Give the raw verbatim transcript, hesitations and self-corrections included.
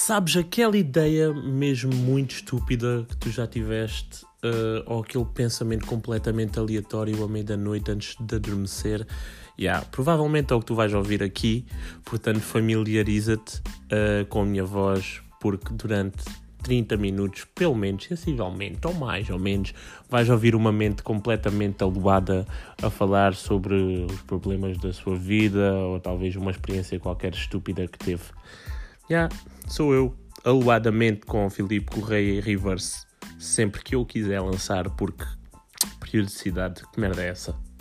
Sabes, aquela ideia mesmo muito estúpida que tu já tiveste, uh, ou aquele pensamento completamente aleatório à meia da noite antes de adormecer, yeah, provavelmente é o que tu vais ouvir aqui, portanto familiariza-te uh, com a minha voz, porque durante trinta minutos, pelo menos, sensivelmente, ou mais ou menos, vais ouvir uma mente completamente aloada a falar sobre os problemas da sua vida, ou talvez uma experiência qualquer estúpida que teve. Já, yeah, sou eu, aloadamente com o Filipe Correia e Reverse, sempre que eu quiser lançar, porque periodicidade, que merda é essa?